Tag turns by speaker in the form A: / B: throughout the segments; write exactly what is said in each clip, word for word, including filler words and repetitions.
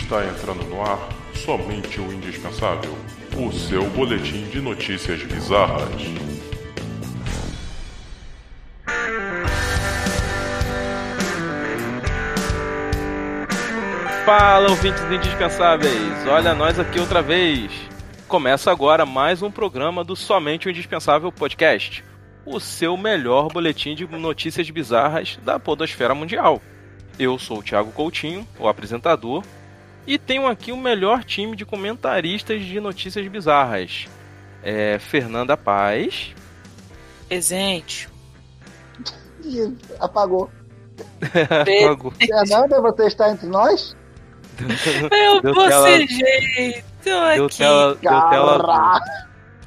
A: Está entrando no ar somente o indispensável, o seu boletim de notícias bizarras.
B: Fala, ouvintes indispensáveis! Olha nós aqui outra vez! Começa agora mais um programa do Somente o Indispensável Podcast, o seu melhor boletim de notícias bizarras da podosfera mundial. Eu sou o Thiago Coutinho, o apresentador, e tenho aqui o melhor time de comentaristas de notícias bizarras. É Fernanda Paz.
C: Presente.
D: Ih, apagou.
B: Apagou.
D: Fernanda, você está entre nós?
C: Eu
B: Deu
C: vou
B: tela-
C: ser jeito
B: Deu
C: aqui.
B: tela, deu tela azul.
D: Caraca.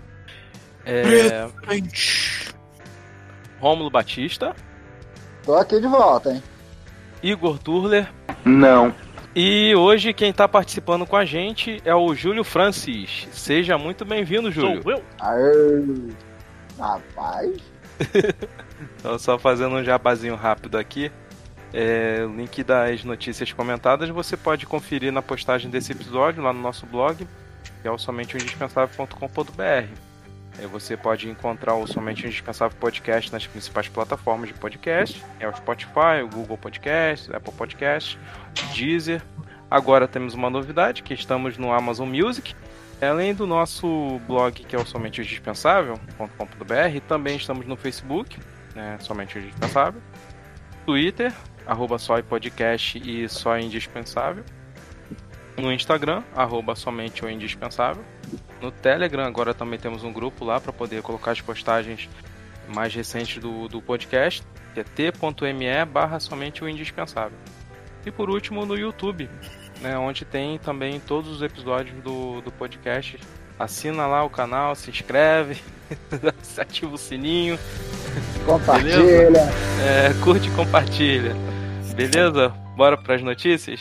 B: É,
C: Presente.
B: Rômulo Batista,
D: Tô aqui de volta, hein?
B: Igor Turler.
D: Não.
B: E hoje quem está participando com a gente é o Júlio Francis. Seja muito bem-vindo, Júlio.
E: Sou eu?
D: Aê. Rapaz.
B: Então, só fazendo um jabazinho rápido aqui. É, o link das notícias comentadas você pode conferir na postagem desse episódio lá no nosso blog, que é o somente o indispensável ponto com ponto b r. Aí você pode encontrar o Somente o Indispensável Podcast nas principais plataformas de podcast, é o Spotify, o Google Podcast, Apple Podcast, o Deezer. Agora temos uma novidade, que estamos no Amazon Music. Além do nosso blog, que é o somente o indispensável ponto com ponto b r, também estamos no Facebook, né, Somente o Indispensável, Twitter, arroba soipodcast e soindispensável, no Instagram, arroba somente o indispensável, no Telegram agora também temos um grupo lá para poder colocar as postagens mais recentes do, do podcast, que é t.me barra somente o indispensável. E por último no YouTube, né, onde tem também todos os episódios do, do podcast. Assina lá o canal, se inscreve, ativa o sininho,
D: Compartilha.
B: é, curte e compartilha. Beleza? Bora para as notícias?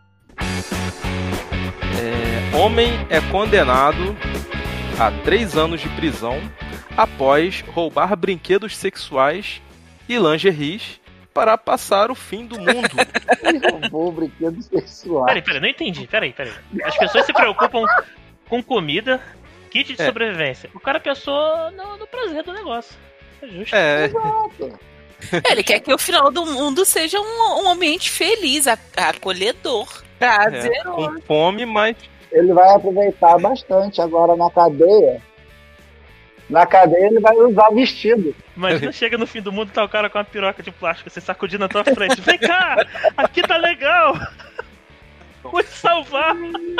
B: É, homem é condenado a três anos de prisão após roubar brinquedos sexuais e lingeries para passar o fim do mundo.
D: Ele roubou o brinquedo sexual.
E: Peraí, peraí, não entendi. Peraí, peraí. As pessoas se preocupam com comida, kit de
B: É.
E: sobrevivência. O cara pensou no, no prazer do negócio. É justo.
B: É,
D: Exato.
C: Ele quer que o final do mundo seja um, um ambiente feliz, a- acolhedor,
B: é,
C: prazeroso.
B: com fome, mas
D: Ele vai aproveitar bastante agora na cadeia. Na cadeia ele vai usar vestido.
E: Imagina, chega no fim do mundo e tá o cara com uma piroca de plástico, você sacudindo na tua frente. Vem cá! Aqui tá legal! Vou te salvar!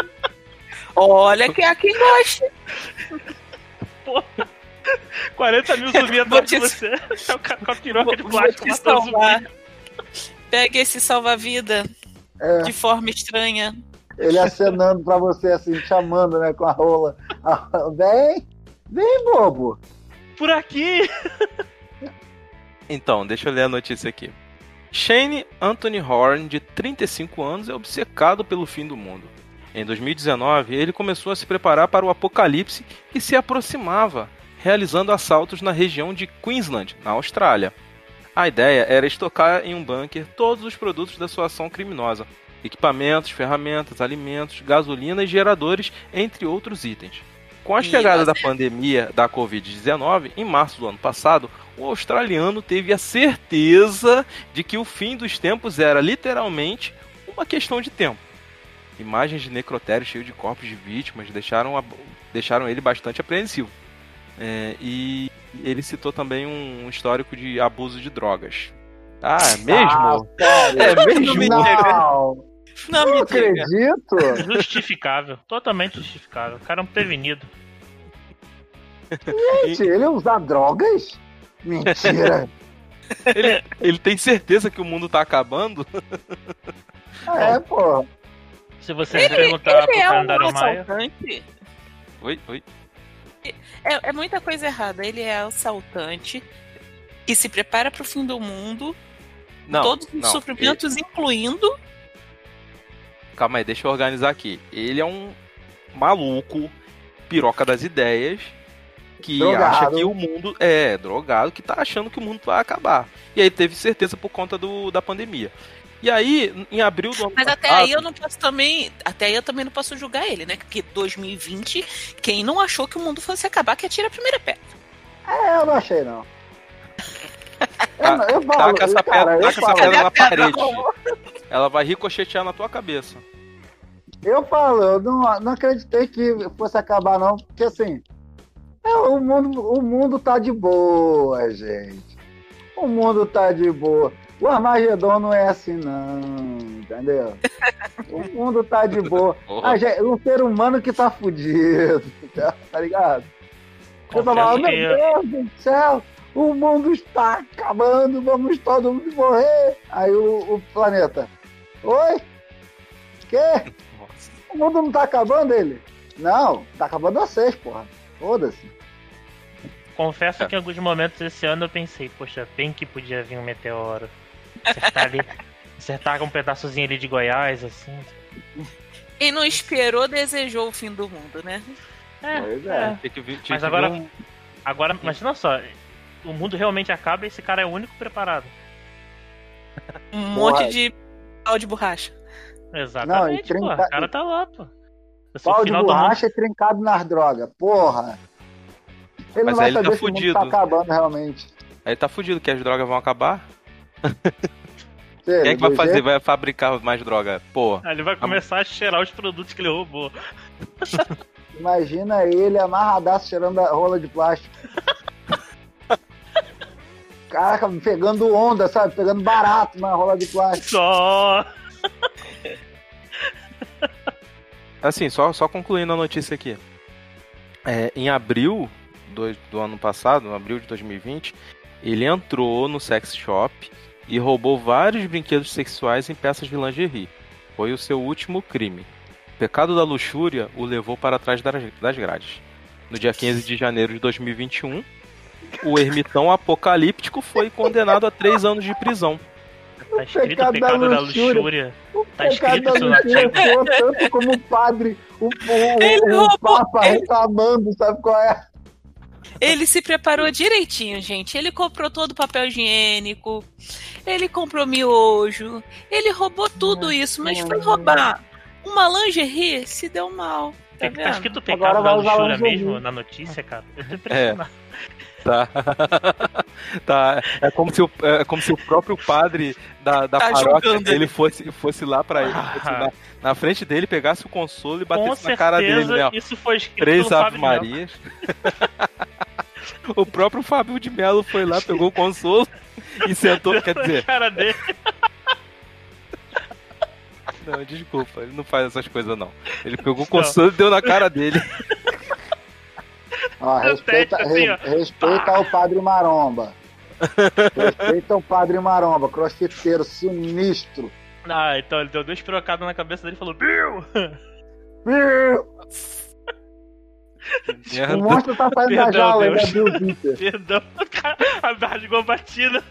C: Olha que há quem goste.
E: Porra! quarenta mil zumbis
C: Vou
E: atrás de
C: te-
E: você. Tá o cara com a piroca de
C: Vou, vou
E: plástico
C: te
E: matando
C: salvar.
E: zumbi.
C: Pega esse salva-vida
D: É,
C: de forma estranha.
D: ele acenando pra você assim, chamando, né, com a rola. Ah, Vem, vem, bobo.
E: Por aqui!
B: então, deixa eu ler a notícia aqui. Shane Anthony Horn, de trinta e cinco anos, é obcecado pelo fim do mundo. Em dois mil e dezenove, ele começou a se preparar para o apocalipse que se aproximava, realizando assaltos na região de Queensland, na Austrália. A ideia era estocar em um bunker todos os produtos da sua ação criminosa: equipamentos, ferramentas, alimentos, gasolina e geradores, entre outros itens. Com a
C: E
B: chegada da
C: você?
B: pandemia da covid dezenove, em março do ano passado, o australiano teve a certeza de que o fim dos tempos era literalmente uma questão de tempo. Imagens de necrotério cheio de corpos de vítimas deixaram, a- deixaram ele bastante apreensivo. É, e ele citou também um histórico de abuso de drogas. Ah, é mesmo?
D: sério?
B: É mesmo?
D: Não,
C: Não
D: não
C: me diga.
D: acredito.
E: Justificável. Totalmente justificável. O cara é um prevenido.
D: Gente, ele usar drogas? Mentira.
B: Ele, ele tem certeza que o mundo tá acabando?
D: É, pô.
E: Se você perguntar pro
C: Ele é um
E: calendário Maia.
C: assaltante.
B: Oi, oi.
C: É, é muita coisa errada. Ele é assaltante que se prepara para o fim do mundo,
B: Não,
C: todos os
B: não.
C: sofrimentos, incluindo.
B: Calma aí, deixa eu organizar aqui. Ele é um maluco, piroca das ideias, que
D: Drogado.
B: acha que o mundo é drogado, que tá achando que o mundo vai acabar. E aí teve certeza por conta do, da pandemia. E aí, em abril do ano
C: Mas até
B: passado...
C: aí eu não posso também. Até aí eu também não posso julgar ele, né? Porque dois mil e vinte, quem não achou que o mundo fosse acabar, que atira a primeira pedra.
D: É, eu não achei, não.
B: Tá,
D: eu, não- eu falo,
B: taca essa
D: cara,
B: pedra,
D: eu
B: taca essa
D: falo,
B: pedra na
C: Cadê a pedra?
B: parede. Ela vai ricochetear na tua cabeça.
D: eu falo, eu não, não acreditei que fosse acabar, não, porque assim, é, o, mundo, o mundo tá de boa, gente. O mundo tá de boa. O Armagedon não é assim, não, entendeu? O mundo tá de boa.
B: Porra.
D: A gente, um ser humano que tá fudido, tá ligado? Eu tô
E: Confesso
D: falando,
E: que
D: meu Deus do céu, o mundo está acabando, vamos todo mundo morrer. Aí o, o planeta, oi? Quê?
B: Nossa.
D: O mundo não tá acabando, ele? Não, tá acabando vocês, porra. Foda-se.
E: Confesso
B: É.
E: que em alguns momentos esse ano eu pensei, poxa, bem que podia vir um meteoro. Acertar ali, acertar um pedaçozinho ali de Goiás, assim.
C: Quem não esperou, desejou o fim do mundo, né?
E: É,
D: Pois é.
E: é.
B: Tem que vir, tinha
E: Mas
B: que
E: agora,
B: vir um-
E: agora, imagina só, o mundo realmente acaba e esse cara é o único preparado.
C: Um
D: Porra.
C: monte de pau de borracha.
E: Exatamente,
D: Não, e
E: pô.
D: trinta-
E: O cara tá lá, pô. Esse é o
D: Pau de
E: final do mundo.
D: borracha e trincado nas drogas, porra. Ele
B: Mas
D: não vai
B: aí ele
D: saber
B: tá
D: se o mundo
B: fudido.
D: tá acabando realmente.
B: Aí tá fudido, que as drogas vão acabar.
D: Sério,
B: Quem é que vai
D: do
B: fazer?
D: jeito-
B: Vai fabricar mais droga? Pô.
E: Aí ele vai começar a cheirar os produtos que ele roubou.
D: Imagina ele amarradaço cheirando a rola de plástico. Caraca, pegando onda, sabe? Pegando barato na rola de plástico.
E: Só.
B: Assim, só, só concluindo a notícia aqui. É, em abril do, do ano passado, em abril de dois mil e vinte, ele entrou no sex shop e roubou vários brinquedos sexuais em peças de lingerie. Foi o seu último crime. O pecado da luxúria o levou para trás das das grades. No dia quinze de janeiro de dois mil e vinte e um, o ermitão apocalíptico foi condenado a três anos de prisão.
E: Tá escrito
D: pecado
E: o pecado
D: da
E: da
D: luxúria.
E: luxúria.
D: O
E: Tá escrito
D: pecado
E: isso
D: da
E: na
D: luxúria soa tanto como o padre, o, o,
C: Ele
D: o,
C: roubou-
D: o Papa
C: ele-
D: reclamando, sabe qual é?
C: Ele se preparou direitinho, gente. Ele comprou todo o papel higiênico, ele comprou miojo, ele roubou tudo isso, mas foi roubar uma lingerie, se deu mal. Tá
E: Tem que tá
C: vendo?
E: escrito o pecado
D: Agora
E: da
D: vai usar
E: luxúria
D: lingerie.
E: mesmo na notícia, cara. Eu tô impressionado.
B: Tá. tá. É como se o, é como se o próprio padre da, da
C: Tá
B: paróquia
C: julgando
B: dele fosse, fosse lá pra ele, fosse na, na frente dele, pegasse o consolo e
E: Com
B: batesse na cara dele,
E: certeza,
B: né? ó.
E: isso foi escrito
B: Três
E: pelo
B: Ave
E: Fábio de Mello.
B: Marias. O próprio Fábio de Mello foi lá, pegou o consolo e sentou, quer dizer,
E: Cara dele.
B: não, desculpa, ele não faz essas coisas não. Ele pegou o consolo e deu na cara dele.
D: Ó, respeita,
E: Teste assim, ó.
D: re- respeita o padre Maromba. Respeita o padre Maromba, crossfiteiro, sinistro.
E: Ah, então ele deu duas pirocadas na cabeça dele e falou: Bill!
D: O
B: Merda.
D: monstro tá saindo da
E: Perdão,
D: jaula, ele é
E: Deus.
D: Bill Peter.
E: Perdão, cara, rasgou a batida.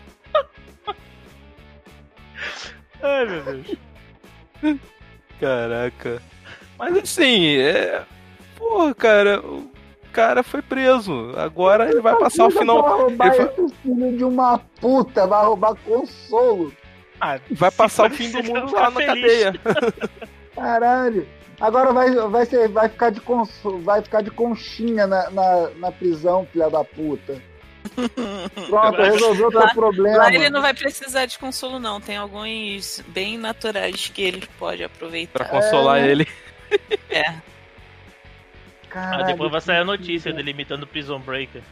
E: Ai, meu Deus.
B: Caraca. Mas assim, é. Porra, cara, o cara foi preso. Agora ele vai passar o final.
D: Vai roubar
B: ele vai-
D: esse filho de uma puta, vai roubar consolo.
E: Ah,
B: Vai
E: se
B: passar o
E: for
B: fim do
E: você,
B: mundo
E: ficar
B: lá na
E: feliz.
B: cadeia.
D: Caralho. Agora vai, vai, ser, vai, ficar de consolo, vai ficar de conchinha na, na, na prisão, filha da puta. Pronto, resolveu o teu
C: Lá-
D: problema.
C: Lá ele não vai precisar de consolo, não. Tem alguns bem naturais que ele pode
B: Pra
C: aproveitar.
B: consolar
D: É.
B: ele.
C: É.
D: Caralho,
E: Ah, depois vai sair a
D: que
E: notícia
D: filho.
E: dele imitando Prison Breaker.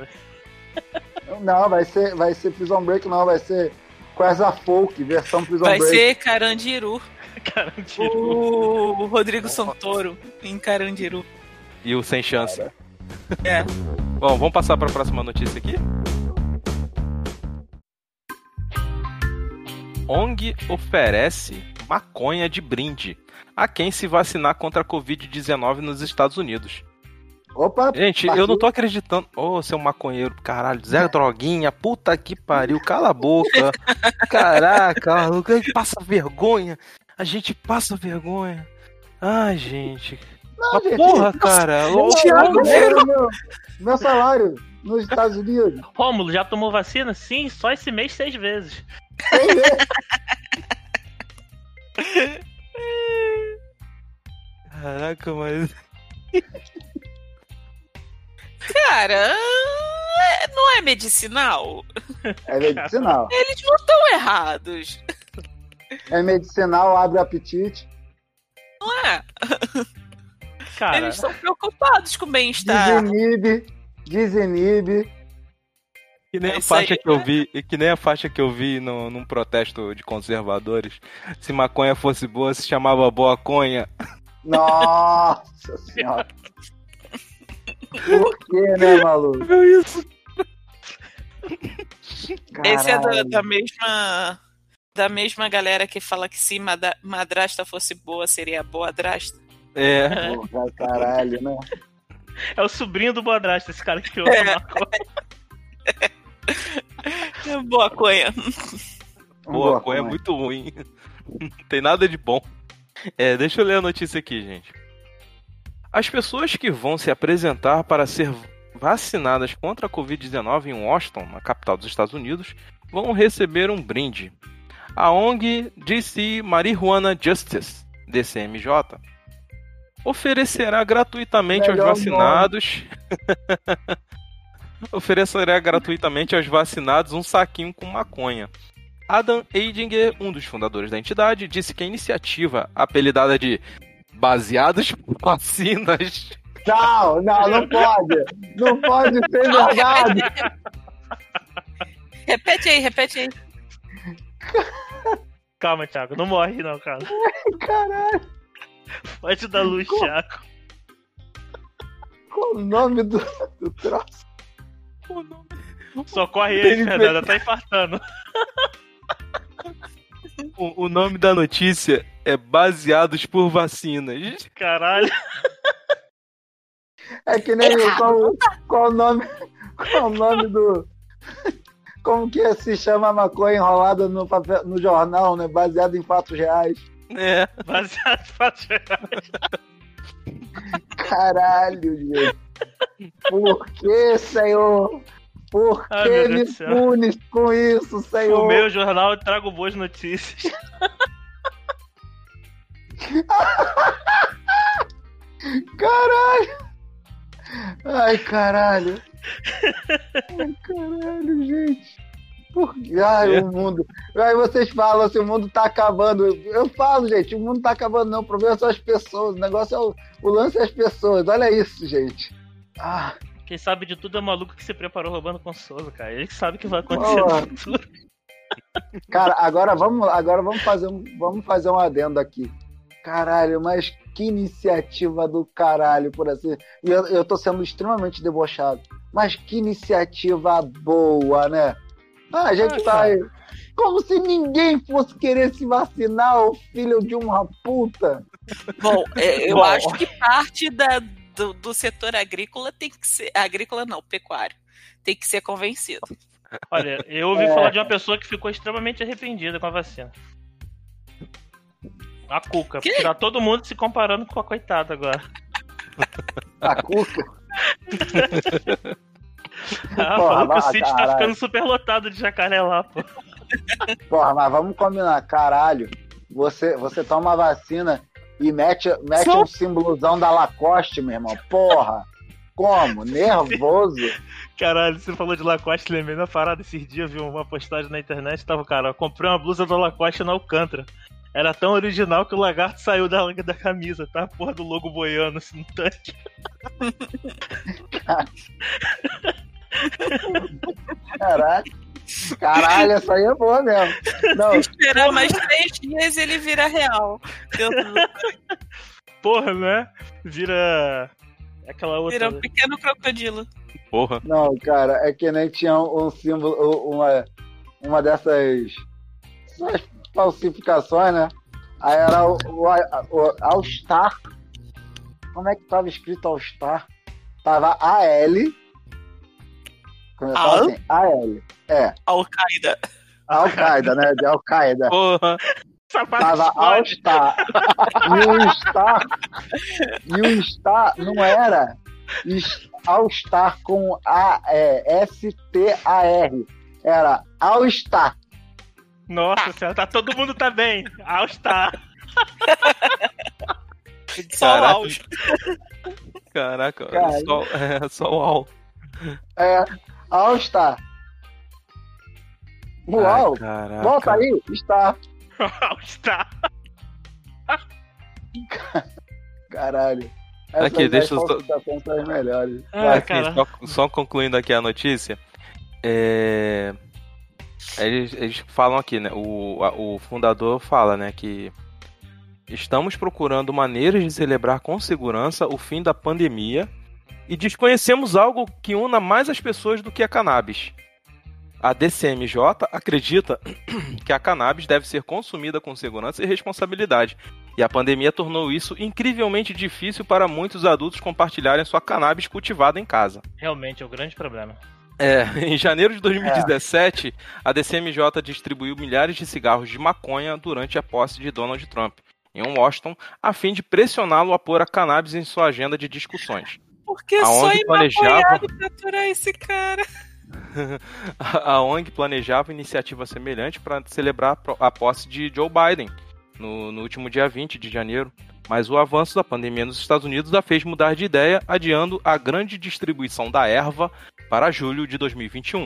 D: Não, vai ser, vai ser Prison Break, não, vai ser Quasa Folk, versão Prison
C: Vai
D: Break.
C: ser Carandiru.
E: Garantido.
C: O Rodrigo Santoro em Carandiru.
B: E o sem chance.
C: É.
B: Bom, vamos passar para a próxima notícia aqui. O N G oferece maconha de brinde a quem se vacinar contra a covid dezenove nos Estados Unidos.
D: Opa,
B: Gente, eu não tô acreditando. Ô, seu maconheiro, caralho, Zé Droguinha, puta que pariu, cala a boca. Caraca, a gente passa vergonha. A gente passa vergonha. Ai, gente.
D: Não,
B: Mas
D: gente,
B: porra, cara.
D: Meu,
B: Ô,
C: Thiago,
D: meu, meu, meu salário nos Estados Unidos.
E: Rômulo, já tomou vacina? Sim, só esse mês seis vezes.
D: Seis vezes.
B: Caraca, mas...
C: Cara, é- não é medicinal?
D: É medicinal.
C: Eles não estão errados,
D: É medicinal, abre o apetite.
C: não é?
E: Cara,
C: Eles estão preocupados com o bem-estar.
D: Desinibe, desinibe.
B: Que nem
C: É
B: a
C: isso
B: faixa
C: aí,
B: que eu vi, que nem a faixa que eu vi no, num protesto de conservadores. Se maconha fosse boa, se chamava boa conha.
D: Nossa senhora. Por que, né, maluco?
B: Viu isso?
C: Esse é da,
D: Caralho.
C: da mesma da mesma galera que fala que se mada- madrasta fosse boa, seria boa adrasta.
B: É.
D: Porra, caralho, né?
E: é o sobrinho do Bodrasto, esse cara que criou
C: É.
E: a maconha.
C: Boa conha.
B: Boa conha é muito ruim. Não tem nada de bom. É, deixa eu ler a notícia aqui, gente. As pessoas que vão se apresentar para ser vacinadas contra a covid dezenove em Washington, na capital dos Estados Unidos, vão receber um brinde. A O N G D C Marijuana Justice, D C M J, oferecerá gratuitamente
D: Melhor
B: aos vacinados... oferecerá gratuitamente aos vacinados um saquinho com maconha. Adam Eidinger, um dos fundadores da entidade, disse que a iniciativa, apelidada de Baseados por Vacinas...
D: Não, não, não pode. Não pode ser
C: Não,
D: verdade.
C: Repete aí, repete aí.
E: Calma, Thiago, não morre não, cara.
D: Caralho,
E: Pode dar luz,
D: Como?
E: Thiago.
D: qual o nome do, do troço?
E: Socorre ele, Fernanda, tá infartando.
B: O, o nome da notícia é Baseados por Vacinas.
E: Caralho.
D: É que nem qual, qual o nome. Qual o nome do. Como que se chama a maconha enrolada no, papel, no jornal, né? Baseado em fatos reais.
B: É.
E: Baseado em fatos reais.
D: Caralho, gente. Por que, Senhor? Por
E: Ai,
D: que
E: meu Deus
D: me
E: do céu.
D: punes com isso, Senhor?
E: O meu jornal eu trago boas notícias.
D: Caralho! Ai, caralho! Ai, caralho, gente! Por que? Ai,
B: É.
D: o mundo. Aí vocês falam assim, o mundo tá acabando. Eu falo, gente, o mundo tá acabando, não. O problema são as pessoas. O negócio é o, o lance é as pessoas. Olha isso, gente. Ah,
E: Quem sabe de tudo é o maluco que se preparou roubando consolo, cara. Ele que sabe o que vai acontecer
D: Boa.
E: no futuro.
D: cara, agora vamos, agora vamos fazer um, vamos fazer um adendo aqui. Caralho, mas que iniciativa do caralho, por assim. E eu, eu tô sendo extremamente debochado. Mas que iniciativa boa, né? Ah, a gente
E: Ah,
D: tá
E: cara.
D: aí. Como se ninguém fosse querer se vacinar, ô filho de uma puta.
C: Bom, é, eu
E: Bom.
C: acho que parte da, do, do setor agrícola tem que ser. Agrícola não, pecuário. Tem que ser convencido.
E: Olha, eu ouvi
D: É.
E: falar de uma pessoa que ficou extremamente arrependida com a vacina. A Cuca.
C: Que?
E: Porque tá todo mundo se comparando com a coitada agora.
D: A cuca.
E: Ela
D: Porra,
E: falou que o
D: vai,
E: sítio tá
D: caralho.
E: ficando super lotado de jacaré lá, pô.
D: Porra, mas vamos combinar. Caralho, você, você toma a vacina e mete, mete
C: Só-
D: um símbolozão da Lacoste, meu irmão. Porra. Como? Nervoso.
E: Caralho, você falou de Lacoste, lembrei da parada esses dias, vi uma postagem na internet, tava, cara, eu comprei uma blusa da Lacoste na Alcântara. Era tão original que o lagarto saiu da, da camisa, tá? A porra do logo boiando assim no tanque.
D: Caralho. Caralho, essa aí é boa mesmo. Não,
C: Se esperar mais três dias, ele vira real. Dentro do-
E: Porra, né? Vira aquela outra.
C: Vira um pequeno crocodilo.
B: Porra.
D: não, cara, é que nem tinha um símbolo, uma, uma dessas essas falsificações, né? Aí era o, o, o All Star. Como é que tava escrito All Star? Tava A L. Começava
C: Al?
D: assim, A L. É,
C: Al-Qaeda.
D: Al-Qaeda, né? De Al-Qaeda.
B: Porra.
E: Sapato
D: Tava All
E: explode.
D: Star. E o Star. E o Star não era All Star com A, é, S T A R. Era All Star.
E: Nossa senhora, tá, todo mundo tá bem. All Star.
C: Só o
B: Caraca.
C: auge.
B: Caraca,
D: Cara.
B: só, é, só o Al.
D: É, All Star. Uau!
B: Ai, caraca.
D: Volta aí, está.
E: All Star.
D: Caralho. Essas
B: Aqui, deixa eu só-
D: falsificações são as melhores.
E: Ah,
B: Aqui,
E: cara.
B: só, só concluindo aqui a notícia, é, eles, eles falam aqui, né? O, a- o fundador fala, né, que estamos procurando maneiras de celebrar com segurança o fim da pandemia e desconhecemos algo que una mais as pessoas do que a cannabis. A D C M J acredita que a cannabis deve ser consumida com segurança e responsabilidade. E a pandemia tornou isso incrivelmente difícil para muitos adultos compartilharem sua cannabis cultivada em casa.
E: Realmente é o grande problema.
B: É, em janeiro de dois mil e dezessete, a D C M J distribuiu milhares de cigarros de maconha durante a posse de Donald Trump em Washington, a fim de pressioná-lo a pôr a cannabis em sua agenda de discussões.
C: Porque
B: A
C: só
B: ONG planejava-
C: emaconhado pra aturar esse cara.
B: A ONG planejava iniciativa semelhante para celebrar a posse de Joe Biden no, no último dia vinte de janeiro, mas o avanço da pandemia nos Estados Unidos a fez mudar de ideia, adiando a grande distribuição da erva para julho de dois mil e vinte e um.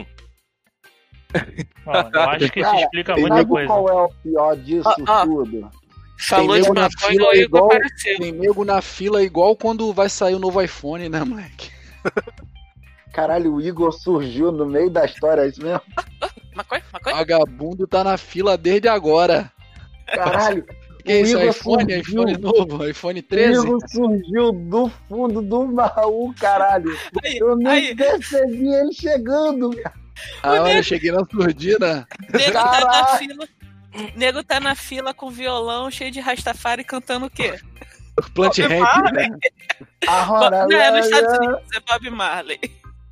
E: Ó, eu acho que isso
D: Cara,
E: explica
D: Sabe
E: muita coisa.
D: qual é o pior disso
C: Ah, ah.
D: tudo?
C: Falou de
F: nego na
C: maconha,
F: fila
C: o Igor
F: igual-
C: apareceu.
F: Tem nego na fila igual quando vai sair o novo iPhone, né, moleque?
D: Caralho, o Igor surgiu no meio da história, é isso mesmo?
C: Maconha? Maconha?
F: Vagabundo tá na fila desde agora.
D: Caralho,
F: Que é isso,
D: Igor
F: iPhone?
D: surgiu.
F: iPhone novo? iPhone
D: o
F: treze?
D: Igor surgiu do fundo do baú, caralho.
C: Aí,
D: Eu nem
C: aí,
D: percebi ele chegando.
F: Ah, olha, eu cheguei na surdina.
C: nego tá na
D: Caralho.
C: fila. Nego tá na fila com violão cheio de Rastafari cantando o quê?
F: Plant
C: Bob
F: Ramp.
C: Marley.
D: A
C: Bo-
D: hora,
C: Não, é nos Estados
D: lá, lá.
C: Unidos, é Bob Marley.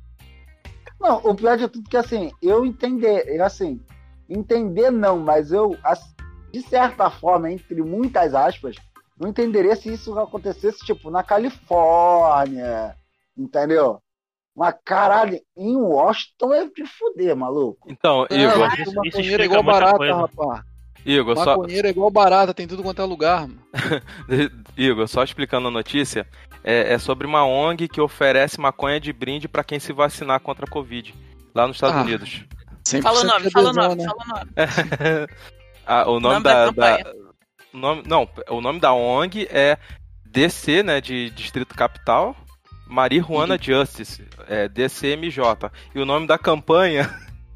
D: Não, o pior de tudo que assim, eu entender, eu, assim, entender não, mas eu, as- de certa forma, entre muitas aspas, não entenderia se isso acontecesse, tipo, na Califórnia, entendeu? Mas, caralho, em Washington é de fuder, maluco.
B: Então,
F: Não,
B: Igor,
F: mas
E: isso- isso
F: maconheiro
E: explica
F: é igual
E: muita
F: barata,
E: coisa.
F: rapaz.
B: Igor, só,
F: Maconheiro é igual barata, tem tudo quanto é lugar, mano.
B: Igor, só explicando a notícia, é, é sobre uma ONG que oferece maconha de brinde para quem se vacinar contra a Covid, lá nos Estados
F: Ah.
B: Unidos.
F: cem por
C: Fala o
F: cento
C: nome,
F: de
C: fala o
F: adesão,
C: nome,
F: né?
C: fala o nome.
B: Ah, o nome,
C: Nome da
B: da,
C: campanha.
B: da- o nome, não, o nome da ONG é D C, né, de Distrito Capital, Marijuana Justice, é D C M J. E o nome da campanha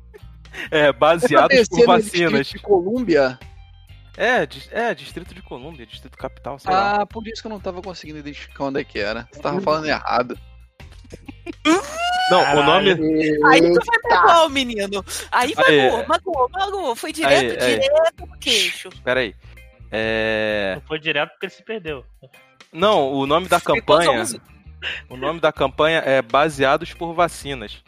B: é Baseados
F: Essa
B: por
F: D C no
B: Vacinas.
F: Distrito de Colômbia?
B: É, dis- é, Distrito de Colômbia, Distrito Capital, sei lá.
F: Ah, por isso que eu não tava conseguindo identificar onde é que era. Você tava falando errado.
B: Não, o
E: Caralho.
B: nome...
C: Aí tu vai
D: Eita.
C: pegar o menino. Aí
B: Aí,
C: magoou, magoou, magoou. Foi direto,
B: Aí, aí.
C: direto no queixo.
B: Peraí. É...
E: Não foi direto porque ele se perdeu.
B: Não, o nome da
C: Ficou
B: campanha...
C: zonzo.
B: O nome da campanha é Baseados por Vacinas.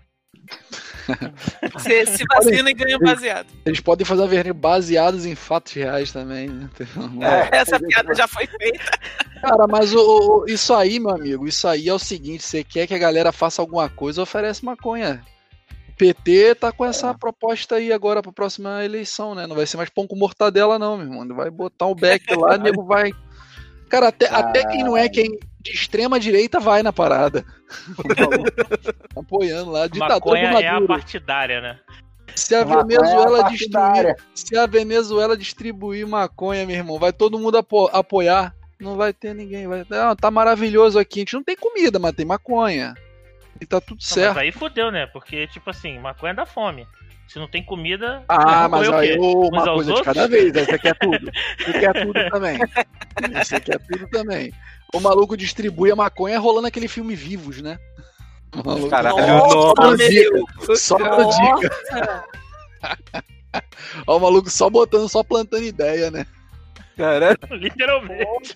C: Você se vacina e ganha baseado.
F: Eles podem fazer a vermelha baseados em fatos reais também, né?
B: É.
C: Essa piada já foi feita.
F: Cara, mas o, o- isso aí, meu amigo, isso aí é o seguinte: você quer que a galera faça alguma coisa, oferece maconha. O P T tá com essa proposta aí agora pra próxima eleição, né? Não vai ser mais pão com mortadela, não, meu irmão. Vai botar o beck lá, nego vai. Cara, até, até quem não é quem de extrema direita vai na parada. Apoiando lá. Ditador do
E: Maconha é a
F: Maduro.
E: partidária, né?
F: Se a
D: Maconha é
F: Venezuela
D: a
F: destruir,
D: partidária.
F: se a Venezuela distribuir maconha, meu irmão, vai todo mundo apo- apoiar. Não vai ter ninguém. Vai... Não, tá maravilhoso aqui. A gente não tem comida, mas tem maconha. E tá tudo
E: Não,
F: certo.
E: mas aí fodeu, né? Porque, tipo assim, maconha dá fome. Se não tem comida.
F: Ah,
E: vai
F: mas
E: comer o
F: aí
E: quê?
F: ô,
E: Uns
F: uma
E: aos
F: coisa de
E: outros?
F: cada vez. Aí você quer tudo. Você quer tudo também. Você quer tudo também. O maluco distribui a maconha rolando aquele filme Vivos, né? O maluco-
B: Caralho,
C: Nossa,
B: nossa.
C: meu.
F: Só dando dica.
C: Nossa.
F: Ó, o maluco só botando, só plantando ideia, né?
B: Caralho.
E: Literalmente.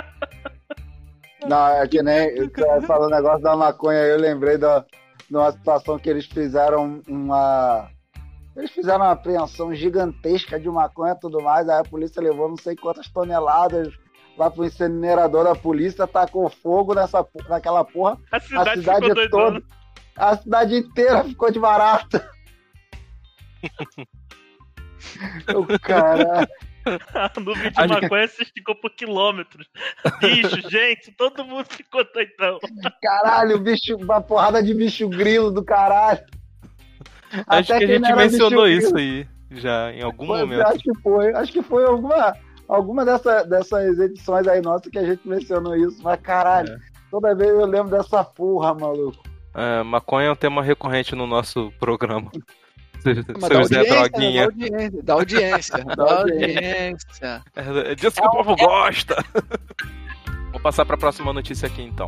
D: Não, é que nem você falou o negócio da maconha, eu lembrei da, de uma situação que eles fizeram uma. Eles fizeram uma apreensão gigantesca de maconha e tudo mais, aí a polícia levou não sei quantas toneladas lá pro incinerador da polícia, tacou fogo nessa, po- naquela porra,
E: A
D: a
E: cidade,
D: cidade
E: ficou doidona.
D: toda, a cidade inteira ficou de barata. O cara.
E: A nuvem de maconha se esticou por quilômetros. Bicho, gente, todo mundo ficou doidão.
D: Caralho, bicho, uma porrada de bicho grilo do caralho.
B: Acho
D: Até
B: que a
D: quem
B: gente
D: não era
B: mencionou
D: bicho
B: isso
D: grilo.
B: aí já em algum
D: Foi,
B: momento.
D: Acho que foi. Acho que foi alguma, alguma dessa, dessas edições aí nossas que a gente mencionou isso. Mas caralho,
B: É.
D: toda vez eu lembro dessa porra, maluco.
B: É, maconha é um tema recorrente no nosso programa. Seu,
F: Mas
B: seu
F: dá
B: Zé
F: audiência,
B: Droguinha.
F: né? Dá audiência, dá audiência. Dá audiência.
B: É, é disso que o povo gosta. Vou passar para a próxima notícia aqui então.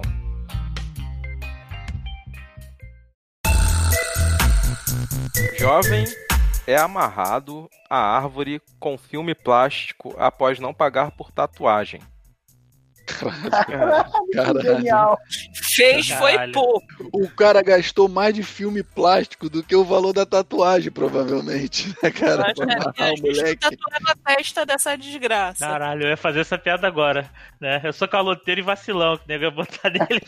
B: Jovem é amarrado à árvore com filme plástico após não pagar por tatuagem.
F: Caralho.
D: Genial.
C: Fez foi
E: Caralho.
C: pouco.
F: O cara gastou mais de filme plástico do que o valor da tatuagem, provavelmente. Né, cara?
C: Acho que
F: Pra
C: a
F: amarrar o
C: gente
F: moleque.
C: tatuava a testa dessa desgraça.
E: Caralho, eu ia fazer essa piada agora, né? Eu sou caloteiro e vacilão, que nego ia botar nele.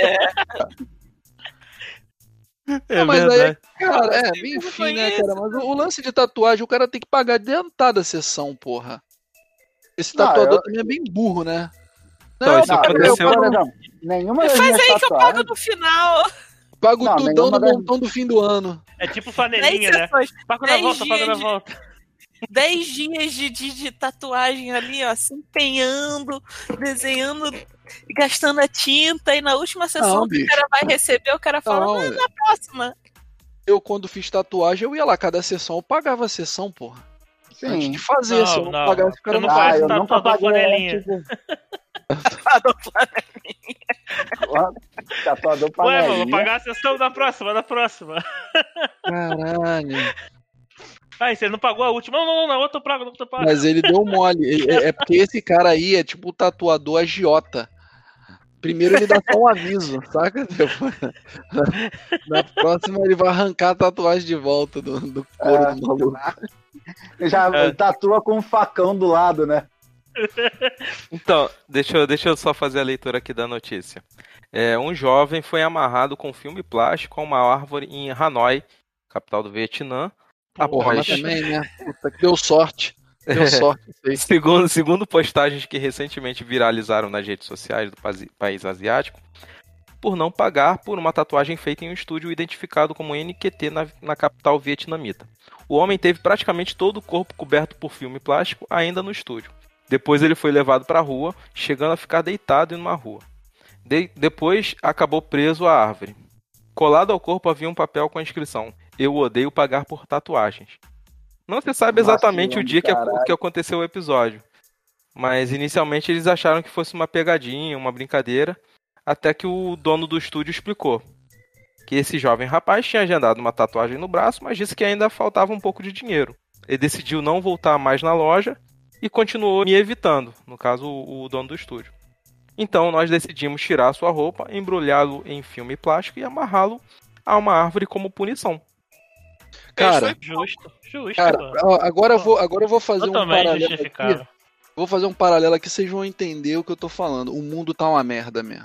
B: É
F: Não, mas
B: verdade.
F: aí, cara, é,
C: Não
F: enfim,
C: foi
F: né,
C: isso.
F: cara? Mas o, o lance de tatuagem, o cara tem que pagar adiantado a sessão, porra. Esse
D: Não,
F: tatuador
D: eu-
F: também é bem burro, né?
B: Então, isso
D: Não, eu,
B: aconteceu-
D: por exemplo, nenhuma das
C: Faz
D: minhas
C: aí que eu
D: tatuagens-
C: pago no final.
F: Pago
D: Não,
F: tudão
D: nenhuma
F: no
D: das-
F: montão do fim do ano.
E: É tipo
C: Dez
E: flanelinha, né?
C: sessões,
E: Paga na
C: dez
E: volta, paga na
C: dias de-
E: volta.
C: dez dias de, de, de tatuagem ali, ó, se empenhando, desenhando, gastando a tinta, e na última sessão
F: Não,
C: que o
F: bicho.
C: cara vai receber, o cara fala,
F: Não,
C: não,
F: é.
C: na próxima.
F: Eu, quando fiz tatuagem, eu ia lá cada sessão, eu pagava a sessão, porra. Antes
D: Sim.
F: de fazer,
E: Não,
F: se eu não,
E: não.
F: pagasse, o cara
E: Tu
F: não
E: não
D: Ah,
E: conhece
F: faz.
D: eu
E: tatuador
D: nunca paguei,
E: flanelinha.
D: tipo, tatuador
E: Ué, mano, vou
D: panelinha.
E: pagar a sessão da próxima, da próxima.
F: Caralho.
E: Aí, você não pagou a última? Não, não, não, na outra eu pago, na outra eu pago.
F: Mas ele deu mole. É, é porque esse cara aí é tipo o tatuador agiota. Primeiro ele dá só um aviso, saca? Depois, na, na próxima ele vai arrancar a tatuagem de volta do, do couro
D: É.
F: do maluco.
D: Já
B: É.
D: tatua com um facão do lado, né?
B: Então, deixa eu, deixa eu só fazer a leitura aqui da notícia. É, um jovem foi amarrado com filme plástico a uma árvore em Hanoi, capital do Vietnã.
F: Porra, mas
B: Após,
F: também, né? Puta, que deu sorte. Deu sorte. Isso aí.
B: segundo, segundo postagens que recentemente viralizaram nas redes sociais do pazi- país asiático, por não pagar por uma tatuagem feita em um estúdio identificado como N Q T na, na capital vietnamita. O homem teve praticamente todo o corpo coberto por filme plástico ainda no estúdio. Depois ele foi levado para a rua, chegando a ficar deitado em uma rua. De- depois acabou preso à árvore. Colado ao corpo havia um papel com a inscrição: "Eu odeio pagar por tatuagens". Não se sabe exatamente
D: Vacilão
B: o
D: do
B: dia que, ac-
D: caralho.
B: que aconteceu o episódio, mas inicialmente eles acharam que fosse uma pegadinha, uma brincadeira, até que o dono do estúdio explicou que esse jovem rapaz tinha agendado uma tatuagem no braço, mas disse que ainda faltava um pouco de dinheiro. Ele decidiu não voltar mais na loja e continuou me evitando, no caso o, o dono do estúdio. Então nós decidimos tirar sua roupa, embrulhá-lo em filme plástico e amarrá-lo a uma árvore como punição.
F: Cara,
E: Justo, justo,
F: cara,
E: mano.
F: ó, agora eu vou, agora eu vou fazer um
E: Totalmente
F: paralelo aqui.
E: justificável.
F: Vou fazer um paralelo aqui, vocês vão entender o que eu tô falando. O mundo tá uma merda mesmo.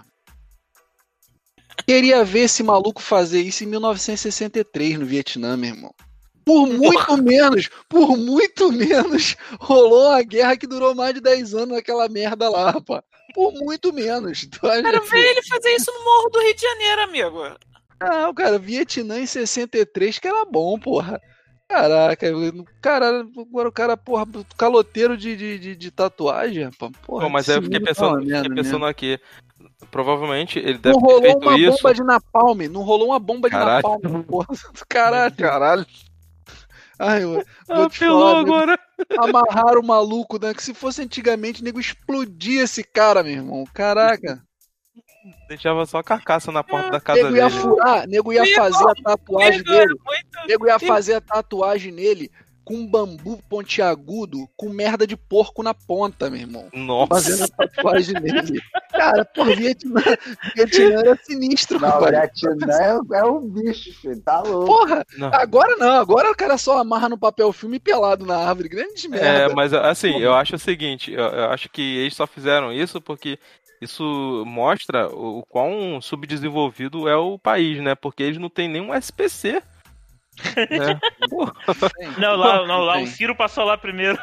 F: Queria ver esse maluco fazer isso em mil novecentos e sessenta e três no Vietnã, meu irmão. Por muito menos, por muito menos, rolou uma guerra que durou mais de dez anos naquela merda lá, rapaz. Por muito menos. Tu acha
C: Quero
F: que-
C: ver ele fazer isso no Morro do Rio de Janeiro, amigo.
F: Não, cara, Vietnã em sessenta e três que era bom, porra. Caraca, cara, agora o cara, porra, caloteiro de, de, de, de tatuagem, rapaz. Porra,
B: Bom, mas aí eu
F: esse
B: fiquei
F: mundo tá
B: pensando,
F: uma
B: fiquei
F: merda
B: pensando
F: mesmo.
B: aqui. Provavelmente ele deve
F: Não
B: ter
F: rolou
B: feito
F: uma
B: isso.
F: bomba de napalm, não rolou uma bomba de
B: Caralho.
F: napalm, porra. Caralho.
B: Caralho.
F: Ai, eu vou
B: Ah,
F: te
B: pelou
F: falar, nego,
B: agora.
F: amarraram o maluco, né? Que se fosse antigamente, o nego explodia esse cara, meu irmão. Caraca.
B: Deixava só a carcaça na porta da casa
F: Nego ia
B: dele.
F: furar, nego ia
C: Amigo,
F: fazer a tatuagem
C: Amigo, era
F: dele.
C: muito...
F: Nego ia fazer a tatuagem nele com um bambu pontiagudo com merda de porco na ponta, meu irmão.
B: Nossa.
F: Fazendo a tatuagem nele. Cara, pô, Vietnã, Vietnã era sinistro,
D: Não, o
F: rapaz.
D: Vietnã é, é um bicho, filho. Tá louco.
F: Porra,
B: Não.
F: agora não, agora o cara só amarra no papel filme pelado na árvore. Grande
B: É,
F: merda.
B: mas assim, eu acho o seguinte, eu, eu acho que eles só fizeram isso porque isso mostra o, o quão subdesenvolvido é o país, né? Porque eles não têm nenhum S P C.
F: Tem.
E: Não, lá, não, lá
F: Tem.
E: o Ciro passou lá primeiro.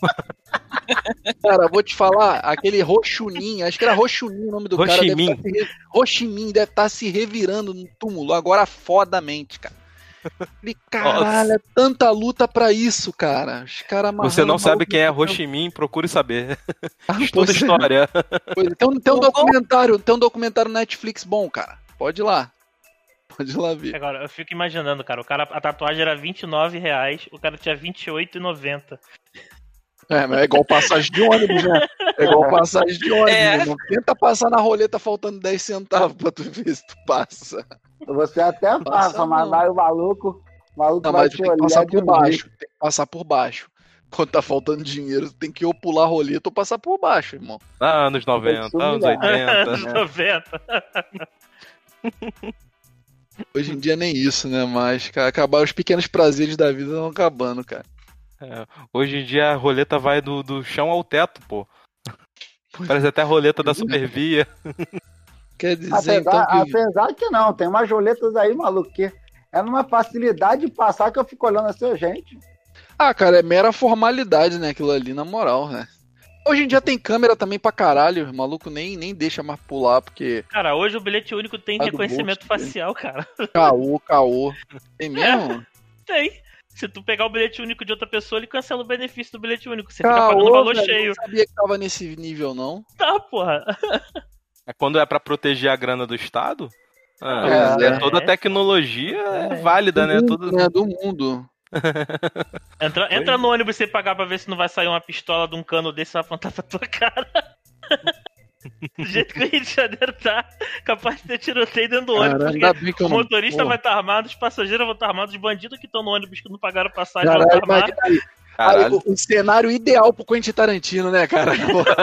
F: Cara, vou te falar, aquele Rochunin, acho que era Rochunin o nome do cara. Deve
B: Roximin.
F: tá se re... Roximin deve estar se revirando no túmulo, agora fodamente, cara. Falei, caralho, é tanta luta pra isso, cara. Os caras
B: Você não
F: amarrando
B: sabe
F: maluco
B: quem é
F: no chão.
B: Roximin, procure saber.
F: Ah,
B: Estuda
F: pois é.
B: história.
F: Pois é. Tem um, tem um documentário, tem um documentário Netflix bom, cara. Pode ir lá. Pode ir lá ver.
E: Agora, eu fico imaginando, cara, o cara, a tatuagem era vinte e nove reais, o cara tinha vinte e oito reais e noventa centavos.
F: É, mas é igual passagem de ônibus, né? É igual passagem de ônibus.
C: É.
F: Irmão. Tenta passar na roleta faltando dez centavos pra tu ver se tu passa.
D: Você até
F: Passa
D: passa, mas
F: não.
D: vai o maluco, o maluco
F: Não,
D: vai
F: mas tu
D: te
F: tem que
D: olhar
F: passar
D: de
F: por
D: um
F: baixo.
D: jeito.
F: Tem que passar por baixo. Quando tá faltando dinheiro, tu tem que ou pular a roleta ou passar por baixo, irmão.
B: Ah, anos noventa, anos oitenta.
E: Anos noventa.
F: Hoje em dia nem isso, né? Mas cara, acabar os pequenos prazeres da vida estão acabando, cara.
B: É, hoje em dia a roleta vai do, do chão ao teto, pô. Parece até a roleta da Supervia.
F: Quer dizer,
D: Apesar,
F: então que...
D: apesar que não, tem umas roletas aí, maluco, que é numa facilidade de passar que eu fico olhando assim, gente.
F: Ah, cara, é mera formalidade, né? Aquilo ali, na moral, né? Hoje em dia tem câmera também pra caralho. O maluco nem, nem deixa mais pular, porque...
E: Cara, hoje o bilhete único tem
F: Tá do
E: reconhecimento
F: bolso dele.
E: facial, cara.
F: Caô, caô. Tem mesmo?
E: Tem. Se tu pegar o bilhete único de outra pessoa, ele cancela o benefício do bilhete único. Você fica
F: Caô,
E: pagando o valor
F: velho,
E: cheio.
F: não sabia que tava nesse nível, não.
E: Tá, porra.
B: É quando é pra proteger a grana do Estado, ah,
F: É,
B: é,
F: é.
B: toda a tecnologia é, válida, né?
F: Do
B: Tudo...
F: mundo, né? Do mundo.
E: Entra, entra no ônibus sem pagar pra ver se não vai sair uma pistola de um cano desse e vai apontar pra tua cara. Do jeito que o Rio de Janeiro tá, capaz de ter tiroteio dentro do ônibus.
F: Cara,
E: Porque
F: ainda bem que eu
E: o
F: não-
E: motorista
F: Porra.
E: vai estar armado, os passageiros vão estar armados, os bandidos que estão no ônibus que não pagaram passagem
F: Caralho,
E: vão estar armados.
F: imagina aí.
B: Caralho.
F: Aí, o, o cenário ideal pro Quentin Tarantino, né, cara?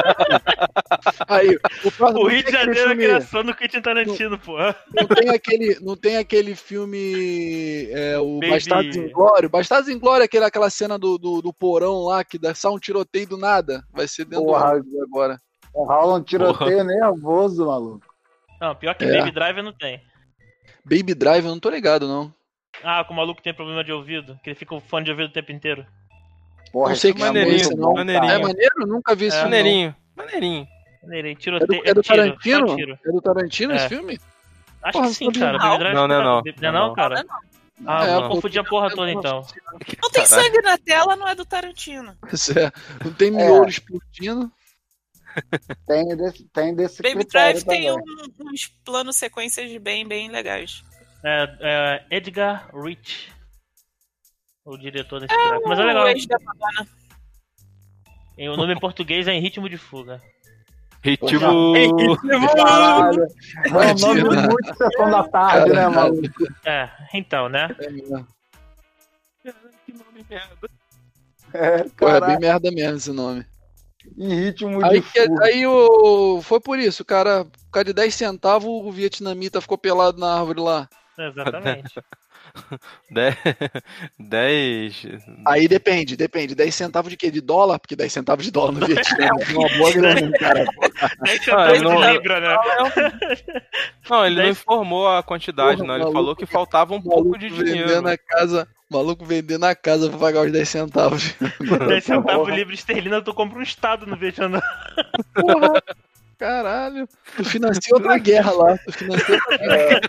F: Aí, o, próximo-
E: O
F: não
E: Rio de
F: tem aquele
E: Janeiro é a
F: filme-
E: criação do Quentin Tarantino, porra.
F: Não tem aquele, não tem aquele filme, é, o
E: Baby-
F: Bastardos Inglórios. Bastardos Inglórios é aquele, aquela cena do, do, do porão lá, que dá só um tiroteio do nada. Vai ser dentro
D: Porra.
F: do ônibus agora.
D: Rola um tiroteio nervoso, maluco.
E: Não, pior que
F: É.
E: Baby Driver não tem.
F: Baby Drive, eu não tô ligado, não.
E: Ah, que o maluco tem problema de ouvido, que ele fica com fone de ouvido o tempo inteiro.
D: Porra,
F: Não sei
D: esse
F: que
D: filme é
B: maneirinho,
D: muito bom,
B: maneirinho.
F: É
D: cara.
F: maneiro? Eu nunca vi esse
E: É,
F: filme, não.
B: Maneirinho, maneirinho.
E: Ele
F: É do,
E: tiroteio,
F: é do
E: tiro,
F: Tarantino?
E: só tiro.
F: É do Tarantino esse
E: É.
F: filme?
E: Acho
F: Porra,
E: que sim,
F: não sabia
E: cara.
C: não.
E: Baby Driver
B: Não, não é
E: tá-
B: não.
E: Não é não,
B: Não.
E: cara? Ah,
F: É,
E: eu
F: pô,
E: confundi a porra toda então.
C: Não tem
B: Caralho.
C: sangue na tela, não é do Tarantino.
F: Pois é, não tem miolo explodindo.
D: Tem desse, tem desse
C: Baby
D: critério
C: Drive tem
D: também.
C: um- uns planos sequências bem, bem legais.
E: É, é Edgar Rich, o diretor desse é, mas é legal.
C: O ex da Madonna.
E: E o nome em português é Em Ritmo de Fuga.
B: Ritmo.
D: Caralho. É um nome
F: Imagina.
D: muito sessão da tarde, né, maluco?
E: É, então, né?
F: É, mesmo.
B: Que nome merda.
D: É,
F: Pô, é bem
D: caralho,
F: merda mesmo esse nome.
D: em ritmo
F: Aí,
D: de
F: que-
D: fuga.
F: aí o, foi por isso, o cara, por causa de dez centavos, o vietnamita ficou pelado na árvore lá.
E: Exatamente.
B: dez.
F: Aí depende, depende. dez centavos de quê? De dólar? Porque dez centavos de dólar no Vietnã é uma boa grana, cara.
E: dez
B: Ah,
E: centavos
B: ele não-
E: de libra, né?
B: Não, ele não
E: dez
B: informou a quantidade,
F: Porra,
B: não. Ele
F: maluco,
B: falou que faltava um
F: O
B: pouco
F: maluco
B: de
F: vendendo
B: dinheiro.
F: a casa, o maluco vendendo a casa pra pagar os dez centavos.
E: dez centavos livre esterlina, tu compra um estado no Vietnã.
F: Porra, caralho. Tu financia outra guerra lá. Tu financia outra guerra.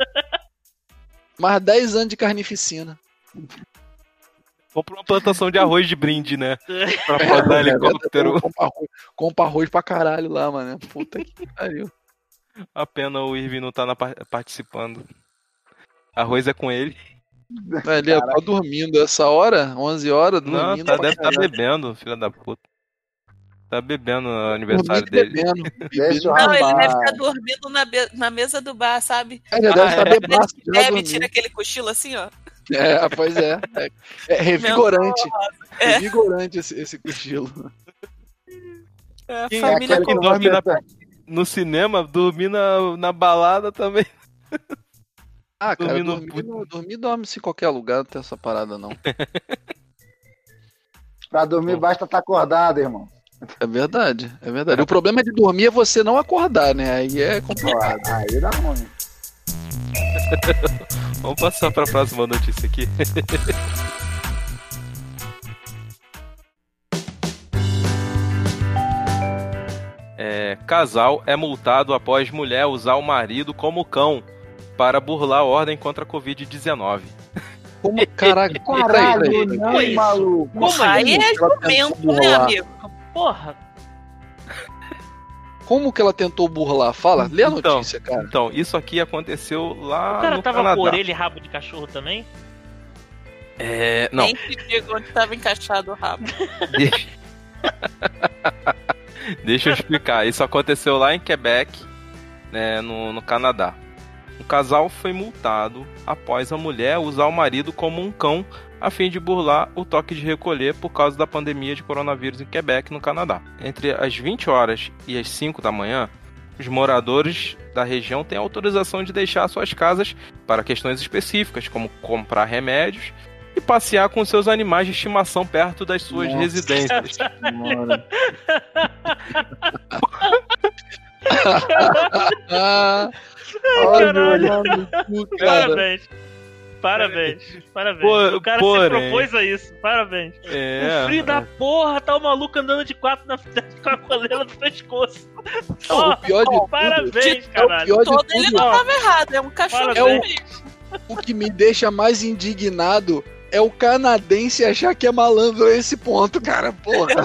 F: Mais dez anos de carnificina.
B: Compra uma plantação de arroz de brinde, né? Pra rodar helicóptero.
F: Compra arroz, compra arroz pra caralho lá, mano. Puta que pariu.
B: A pena o Irving não tá na par- participando. Arroz é com ele.
F: Ele é só dormindo essa hora, onze horas,
B: Não,
F: dormindo.
B: tá,
F: pra
B: deve estar
F: caralho.
B: bebendo, filho da puta. Tá bebendo no aniversário
F: Dormindo e
B: dele.
F: bebendo.
D: Deixa eu
C: Não, ele
D: arrumar.
C: deve estar dormindo na, be- na mesa do bar, sabe?
F: É, já
B: Ah,
F: deve
B: é.
F: estar bebaço, já
C: Bebe,
F: dormindo.
C: tira aquele cochilo assim, ó.
F: É, pois é. É, é revigorante.
C: É.
F: Revigorante esse, esse cochilo.
C: É, a
B: Quem-
C: família
D: aquele
B: quem
D: que
B: dorme na-
D: você-
B: No cinema, dormir na, na balada também.
F: Ah, cara,
B: Dormir no-
F: dormir, dormir, dormir dorme-se em qualquer lugar, não tem essa parada, não.
D: Pra dormir basta estar acordado, irmão.
F: É verdade, é verdade. O problema de dormir é você não acordar, né? Aí é complicado.
D: Aí dá ruim.
E: Você
B: Vamos passar para a próxima notícia aqui. É, casal é multado após mulher usar o marido como cão para burlar a ordem contra a covid dezenove.
F: Como, caraca,
D: Caralho,
F: peraí,
D: não,
E: Como é isso?
D: maluco.
C: Como aí é jumento, né, amigo?
E: Porra,
F: Como que ela tentou burlar? Fala, lê a
B: Então,
F: notícia, cara.
B: Então, isso aqui aconteceu lá
E: o cara
B: no
E: tava
B: Canadá.
E: com orelha e rabo de cachorro também?
B: É, não,
C: Nem te digo onde estava encaixado o rabo.
B: deixa... Deixa eu explicar. Isso aconteceu lá em Quebec, né, no, no Canadá. O casal foi multado após a mulher usar o marido como um cão a fim de burlar o toque de recolher por causa da pandemia de coronavírus em Quebec, no Canadá. Entre as vinte horas e as cinco da manhã, os moradores da região têm autorização de deixar suas casas para questões específicas, como comprar remédios e passear com seus animais de estimação perto das suas
D: Nossa.
B: residências.
D: Mano.
F: Ah,
E: Caralho.
F: mano, cu, cara.
E: Parabéns. Parabéns. Parabéns.
B: Por-
E: o cara
B: porém.
E: se propôs a isso. Parabéns.
B: É,
E: o frio da porra, tá o maluco andando de quatro na frente com a coleira no pescoço.
F: Não, o pior de tudo,
E: Parabéns,
C: de-
E: caralho.
F: pior de
C: Todo ele
F: tudo,
C: não estava errado, é um cachorro
E: Parabéns.
C: feliz.
F: o que me deixa mais indignado é o canadense achar que é malandro a esse ponto, cara. Porra,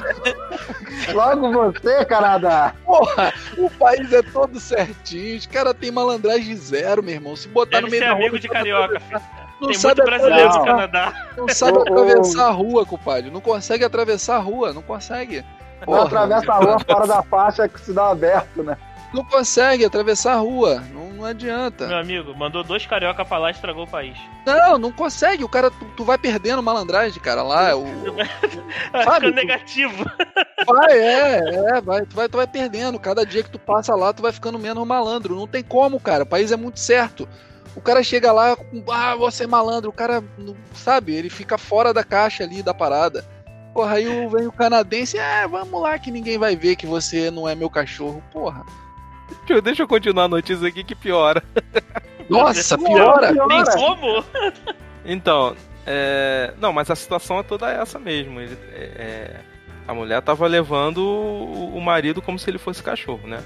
D: Logo você, Canadá.
F: porra, o país é todo certinho, os caras têm malandragem zero, meu irmão. Se botar
E: Deve
F: no meio
E: ser
F: da
E: amigo
F: rua,
E: de
F: não
E: carioca, filho.
F: não
E: Tem
F: sabe
E: muito brasileiro
D: Não.
E: no Canadá.
F: Não sabe
D: Ô, ô.
F: atravessar a rua, compadre. Não consegue atravessar a rua, não consegue.
D: Não
F: Porra,
D: atravessa a rua fora da faixa com o sinal aberto, né?
F: não consegue atravessar a rua. Não, não adianta.
E: Meu amigo, mandou dois carioca pra lá e estragou o país.
F: Não, não consegue. O cara, tu, tu vai perdendo malandragem, cara. Lá, o,
E: Fica
F: Sabe?
E: negativo.
F: vai, é, é, vai, tu vai, tu vai perdendo. Cada dia que tu passa lá, tu vai ficando menos malandro. Não tem como, cara. O país é muito certo. O cara chega lá, com, ah, você é malandro. O cara, não- sabe, ele fica fora da caixa ali da parada. Porra, aí o- vem o canadense, é, vamos lá que ninguém vai ver que você não é meu cachorro. Porra.
B: Deixa eu- deixa eu continuar a notícia aqui que piora.
F: Nossa,
E: Pô,
F: piora.
D: piora.
E: Tem como?
B: Então, é... não, mas a situação é toda essa mesmo. Ele, é... é, A mulher tava levando o o marido como se ele fosse cachorro, né?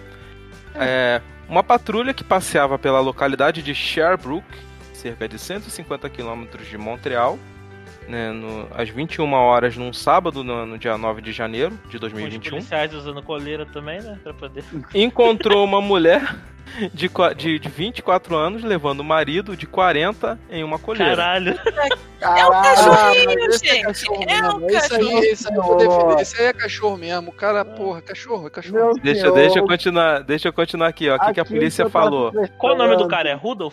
B: É, Uma patrulha que passeava pela localidade de Sherbrooke, cerca de cento e cinquenta quilômetros de Montreal, né, no... às vinte e uma horas num sábado, no, no dia nove de janeiro de dois mil e
E: Os
B: vinte e um,
E: policiais usando coleira também, né? Pra poder.
B: encontrou uma mulher de, qua- de, de vinte e quatro anos levando o marido de quarenta em uma coleira.
E: Caralho.
C: É um
D: Caralho.
C: cachorrinho,
F: esse é
C: gente.
F: cachorro
C: É
F: mesmo.
C: um
F: Esse aí,
C: cachorro.
F: esse aí eu vou defender. Esse aí é cachorro mesmo. O cara, porra, cachorro, é cachorro.
D: Meu
B: Deixa,
D: senhor.
B: deixa eu continuar, deixa eu continuar aqui, ó. O que, que a
D: Aqui
B: polícia
D: eu tava
B: falou?
E: Qual o nome do cara? É Rudolph?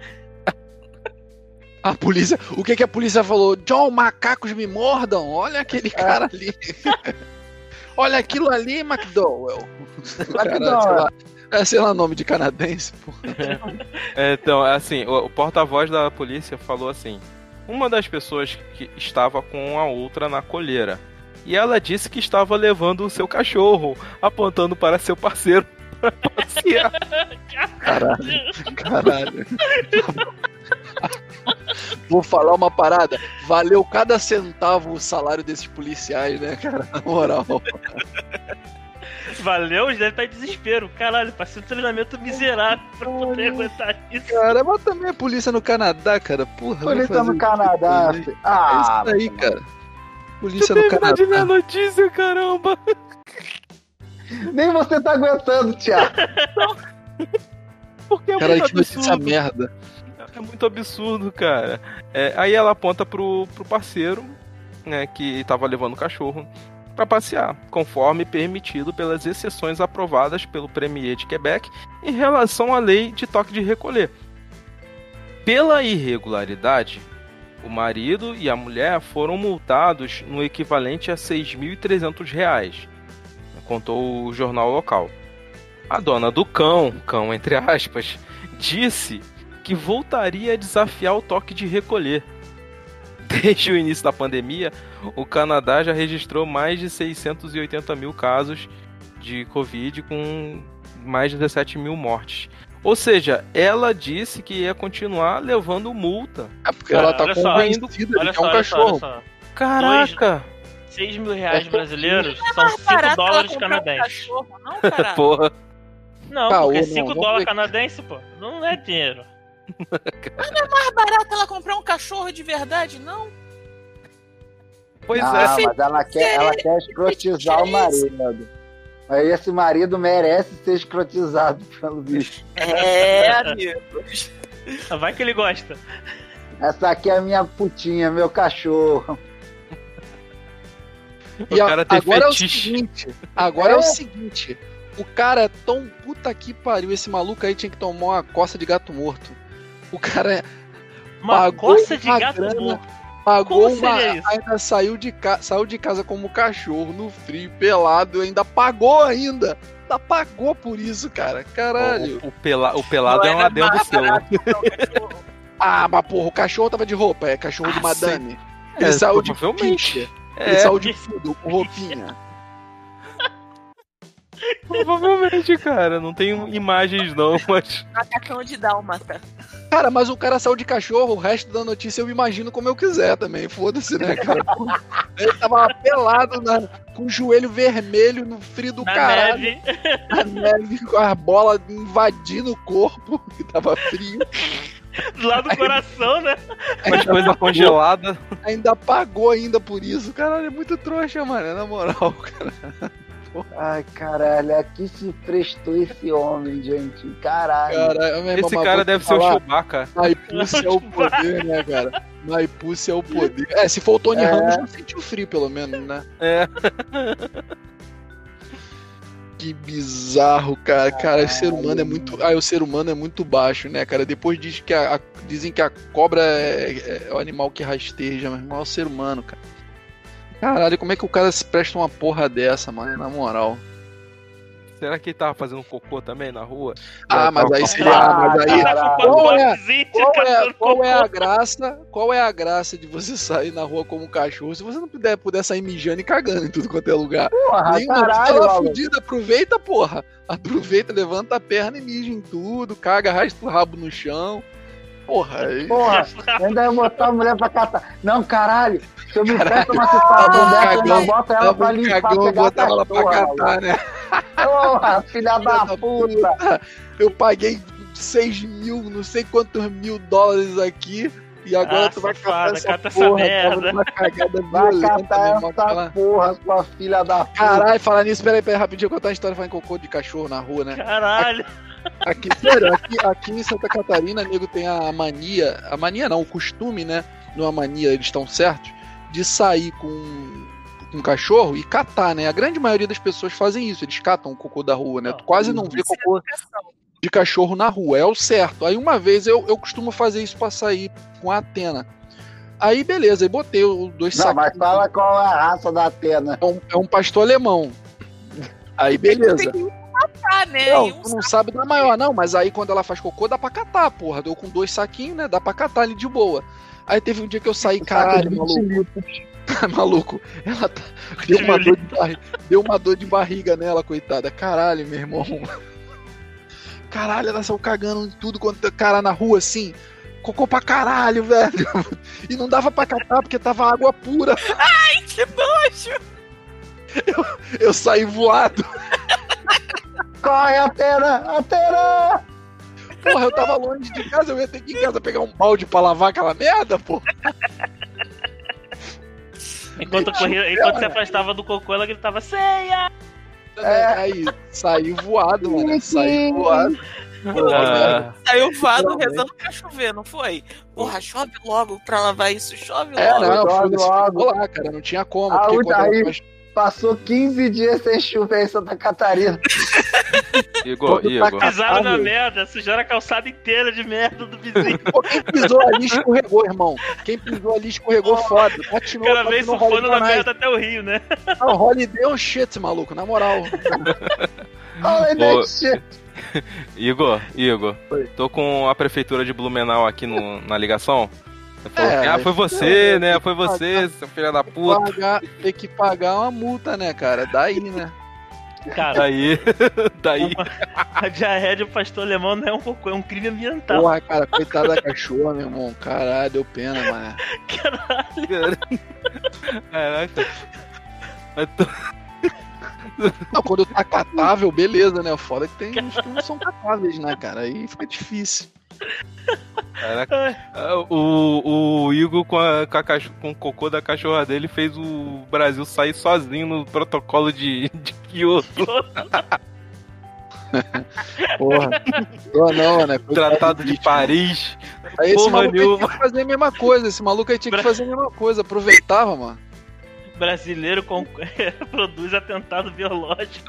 F: A polícia, o que que a polícia falou? John, macacos me mordam. Olha aquele cara ali. Olha aquilo ali, McDowell. Cara, sei lá, é, sei lá o nome de canadense, porra.
B: É, então, assim, o, o porta-voz da polícia falou assim: uma das pessoas que estava com a outra na coleira. E ela disse que estava levando o seu cachorro, apontando para seu parceiro para passear.
F: Caralho, caralho. Vou falar uma parada. Valeu cada centavo o salário desses policiais, né, cara? Na moral.
E: Valeu, deve estar em desespero. Caralho, passei um treinamento miserável pra poder aguentar isso.
F: Cara, mas também a polícia no Canadá, cara. Porra, vai
D: Polícia
F: fazer
D: no
F: o
D: Canadá.
F: quê, né?
D: filho. Ah,
F: É isso aí,
D: mano.
F: cara. Polícia
B: Eu
F: no
B: terminar de ver a
F: Canadá.
B: notícia, caramba.
D: Nem você tá aguentando, Thiago.
B: Porque é
F: Cara,
B: muito
F: que notícia
B: absurdo.
F: merda.
B: É muito absurdo, cara. É, aí ela aponta pro, pro parceiro, né, que tava levando o cachorro para passear, conforme permitido pelas exceções aprovadas pelo Premier de Quebec em relação à lei de toque de recolher. Pela irregularidade, o marido e a mulher foram multados no equivalente a seis mil e trezentos reais, contou o jornal local. A dona do cão, cão entre aspas, disse que voltaria a desafiar o toque de recolher. Desde o início da pandemia, o Canadá já registrou mais de seiscentos e oitenta mil casos de Covid, com mais de dezessete mil mortes. Ou seja, ela disse que ia continuar levando multa.
F: É porque ela tá
E: olha só,
F: convencida
E: Olha
F: de que é
E: só,
F: um
E: olha só,
F: cachorro.
E: olha só.
B: Caraca!
E: seis mil reais
F: É
E: brasileiros
C: Não é
E: são
C: mais
E: cinco
C: barato ela
E: dólares
C: comprar um
E: canadenses.
C: cachorro, não, caralho?
B: Porra.
E: Não,
F: Caô,
E: porque
F: não,
E: cinco
F: vamos
E: dólares
F: ver.
E: canadenses, pô, não é dinheiro.
C: Mais barato ela comprar um cachorro de verdade, não?
B: Pois
D: Não,
B: é.
D: mas ela quer, ela quer escrotizar o marido. Aí esse marido merece ser escrotizado pelo bicho.
C: É, amigo.
E: Vai que ele gosta.
D: Essa aqui é a minha putinha, meu cachorro.
B: O
F: E a-
B: cara tem
F: agora
B: fetiche.
F: é o seguinte, agora é.
D: É.
F: o seguinte, o cara é tão puta que pariu, esse maluco aí tinha que tomar uma coça de gato morto. O cara é-
E: Uma
F: Pagou
E: coça de
F: uma
E: gato
F: grana.
E: morto.
F: pagou
E: Como
F: uma,
E: seria isso?
F: ainda saiu de, ca... saiu de casa como cachorro, no frio, pelado, ainda pagou ainda. Ainda pagou por isso, cara. Caralho.
B: O, o, pela, o pelado
C: Não
B: é um
C: era
B: adendo
C: mais
B: seu.
C: barato comprar um cachorro.
F: Ah, mas porra, o cachorro tava de roupa, é cachorro de
B: Ah,
F: madame. Ele
B: É,
F: saiu de
B: provavelmente.
F: pincher. Ele
B: É,
F: saiu de fudo, com roupinha.
B: provavelmente, cara. Não tenho imagens não, mas...
C: Macacão de dálmata.
F: Cara, mas o cara saiu de cachorro, o resto da notícia eu imagino como eu quiser também. Foda-se, né, cara? Ele tava pelado, na, com o joelho vermelho no frio do
E: Na
F: caralho.
E: neve.
F: Na neve, com as bolas invadindo o corpo, que tava frio.
E: Do lado do coração, né?
B: Umas coisas congeladas.
F: Ainda pagou ainda por isso. Caralho, é muito trouxa, mano. Na moral, cara.
D: Ai, caralho, aqui se prestou esse homem, gente. Caralho.
F: Caralho, meu irmão,
B: Esse
F: mas
B: cara
F: vou te
B: deve ser o
F: falar,
B: Chewbacca.
F: Maipúcia é o poder, né, cara? Maipúcia é o poder. É, se for o Tony
D: É.
F: Ramos, não sentiu frio, pelo menos, né?
B: É.
F: Que bizarro, cara. Cara, o ser humano é muito. Ah, o ser humano é muito baixo, né, cara? Depois diz que a, a- dizem que a cobra é, é o animal que rasteja, mas irmão, é o ser humano, cara. Caralho, como é que o cara se presta uma porra dessa, mano? Na moral.
B: Será que ele tava fazendo cocô também na rua?
F: Ah, mas aí seria.
D: Ah,
F: Mas aí.
D: caralho.
F: Qual é,
E: Pacotezinho,
F: qual, é,
E: catando
F: qual é a
E: cocô.
F: graça? Qual é a graça de você sair na rua como um cachorro se você não puder, puder sair mijando e cagando em tudo quanto é lugar?
D: Porra,
F: Nenhuma
D: caralho,
F: tela
D: maluco.
F: fudida, aproveita, porra. Aproveita, levanta a perna e mija em tudo, caga, arrasta o rabo no chão. Porra, aí.
D: Porra, ainda ia botar a mulher pra catar. Não, caralho, se eu me
F: Caralho,
D: peço uma
F: tava
D: situação
F: um
D: dessa, eu
F: cagão,
D: não boto ela
F: Tava
D: pra
F: um
D: limpar,
F: cagão,
D: pegar a
F: botava ela pra
D: cachorra,
F: catar, né?
D: Porra, filha da puta.
F: Eu paguei seis mil, não sei quantos mil dólares aqui. E agora
E: Ah,
F: tu vai
E: safada,
F: catar essa
E: cata essa
F: porra,
E: merda.
F: tava numa cagada
D: Vai
F: violenta, meu
D: catar
F: irmão,
D: essa
F: aquela-
D: porra, sua filha da puta.
F: Caralho, falar nisso, peraí, peraí, rapidinho, eu vou contar uma história falando cocô de cachorro na rua, né?
E: Caralho.
F: Aqui, sério, aqui, aqui em Santa Catarina, nego tem a mania, a mania não, o costume, né? Não a mania, eles estão certos, de sair com um cachorro e catar, né? A grande maioria das pessoas fazem isso, eles catam o cocô da rua, né? Tu quase não vê cocô de cachorro na rua, é o certo. Aí uma vez eu, eu costumo fazer isso pra sair com a Atena. Aí beleza, aí botei os dois
D: Não, mas
F: saquinhos.
D: fala qual é a raça da Atena.
F: É um, é um pastor alemão. Aí beleza.
C: Tem que catar, né?
F: Não,
C: E um
F: tu não sabe da maior, não, mas aí quando ela faz cocô, dá pra catar, porra. Deu com dois saquinhos, né? Dá pra catar ali de boa. Aí teve um dia que eu saí, caralho, maluco. maluco, ela tá... deu, uma dor de barriga, deu uma dor de barriga nela, coitada. Caralho, meu irmão. Caralho, ela saiu cagando em tudo quanto é cara na rua, assim. Cocô pra caralho, velho. E não dava pra catar porque tava água pura.
C: Ai, que nojo!
F: Eu saí voado.
D: Corre, Atena! Atena!
F: Porra, eu tava longe de casa, eu ia ter que ir em casa pegar um balde pra lavar aquela merda, pô.
E: Enquanto, corria, enquanto se afastava do cocô, ela gritava ceia!
D: É.
F: Aí, saí voado, mano. Saí voado.
B: Ah,
C: Saiu voado rezando pra chover, não foi? Porra, chove logo pra lavar isso, chove
F: É,
C: logo.
F: não,
D: logo,
F: foda-se,
D: logo.
F: ficou lá, cara, não tinha como.
D: Ah,
F: Porque
D: o
F: quando ela
D: daí-
F: faz-
D: Passou quinze dias sem chover em Santa Catarina.
B: Igor,
F: Quando tá
B: Igor.
E: Pisaram na
F: Caralho.
E: merda, sujaram a calçada inteira de merda do vizinho.
F: Pô, quem pisou ali escorregou, irmão. Quem pisou ali escorregou foda.
E: O
F: Patinou,
E: cara veio
F: patinou
E: surfando na
F: Holiday
E: merda até o Rio, né?
F: Night. Não, Holiday é um shit, maluco, na moral.
D: Olha,
B: Pô.
D: gente.
B: Igor, Igor,
F: Oi.
B: tô com a prefeitura de Blumenau aqui no, na ligação. Você falou
F: É,
B: que, ah, foi você, né? Foi você, seu filho da puta.
F: Pagar, ter que pagar uma multa, né, cara? Daí, né?
E: Cara,
B: Daí. Daí.
E: uma- a diarreia de pastor alemão não é um cocô, é um crime ambiental.
F: Porra, cara, coitada da cachorra, meu irmão. Caralho, deu pena, mano.
E: Caralho.
B: Caraca. Mas tu-
F: Não, quando tá catável, beleza, né? O foda é que tem uns que não são catáveis, né, cara? Aí fica difícil.
B: Caraca. O, o Igor com, a, com, a cacho- com o cocô da cachorra dele fez o Brasil sair sozinho no protocolo de, de Kyoto.
F: Porra. Não, não, né? Coitado
B: Tratado
F: do
B: de
F: bicho.
B: Paris.
F: Aí esse
B: Porra
F: maluco aí
B: nenhuma.
F: tinha que fazer a mesma coisa. Esse maluco aí tinha que fazer a mesma coisa. Aproveitava, mano.
E: Brasileiro com... produz atentado biológico.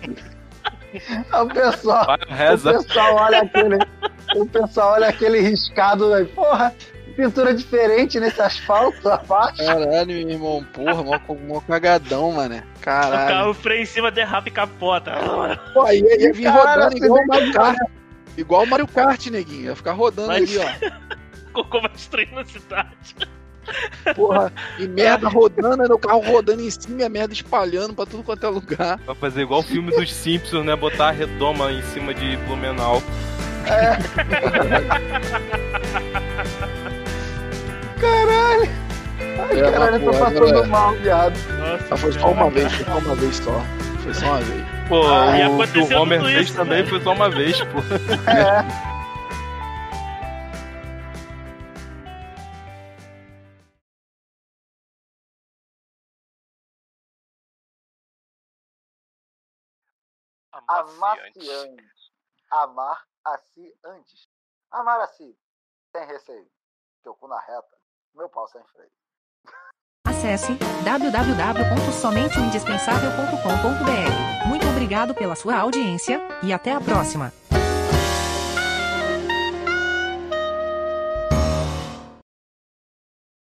D: O pessoal,
B: Vai,
D: o
B: reza.
D: pessoal olha aquele. O pessoal olha aquele riscado aí. Porra, pintura diferente nesse asfalto, abaixo.
F: Caralho, meu irmão. Porra, mó, mó cagadão, mano.
E: O
F: Caralho.
E: carro, o freio em cima derrapa e capota.
F: Pô, aí ia, ia vir
D: Cara,
F: rodando igual o
D: acidente
F: Mario Kart. Igual o Mario Kart, neguinho. Ia ficar rodando
E: Mas-
F: ali, ó.
E: Cocô vai destruindo a cidade.
F: Porra, e merda rodando, aí o carro rodando em cima e a merda espalhando pra tudo quanto é lugar.
B: Vai fazer igual o filme dos Simpsons, né? Botar a redoma em cima de Blumenau.
D: Caralho. Ai,
F: É,
D: caralho, eu tô
F: mas, pô,
D: passando
F: agora-
D: mal, viado.
E: Nossa,
F: Ah, foi só uma vez, foi só uma vez só. Foi só uma vez.
B: Pô,
E: Ah, e
B: o que o
E: aconteceu
B: Homer
E: tudo
B: fez
E: isso,
B: também
E: né?
B: foi só uma vez, pô.
D: É. Amaciante. Amar a si antes. Amar a si. Sem receio. Teu cu na reta. Meu pau sem freio.
G: Acesse w w w ponto somente o indispensável ponto com ponto b r. Muito obrigado pela sua audiência e até a próxima.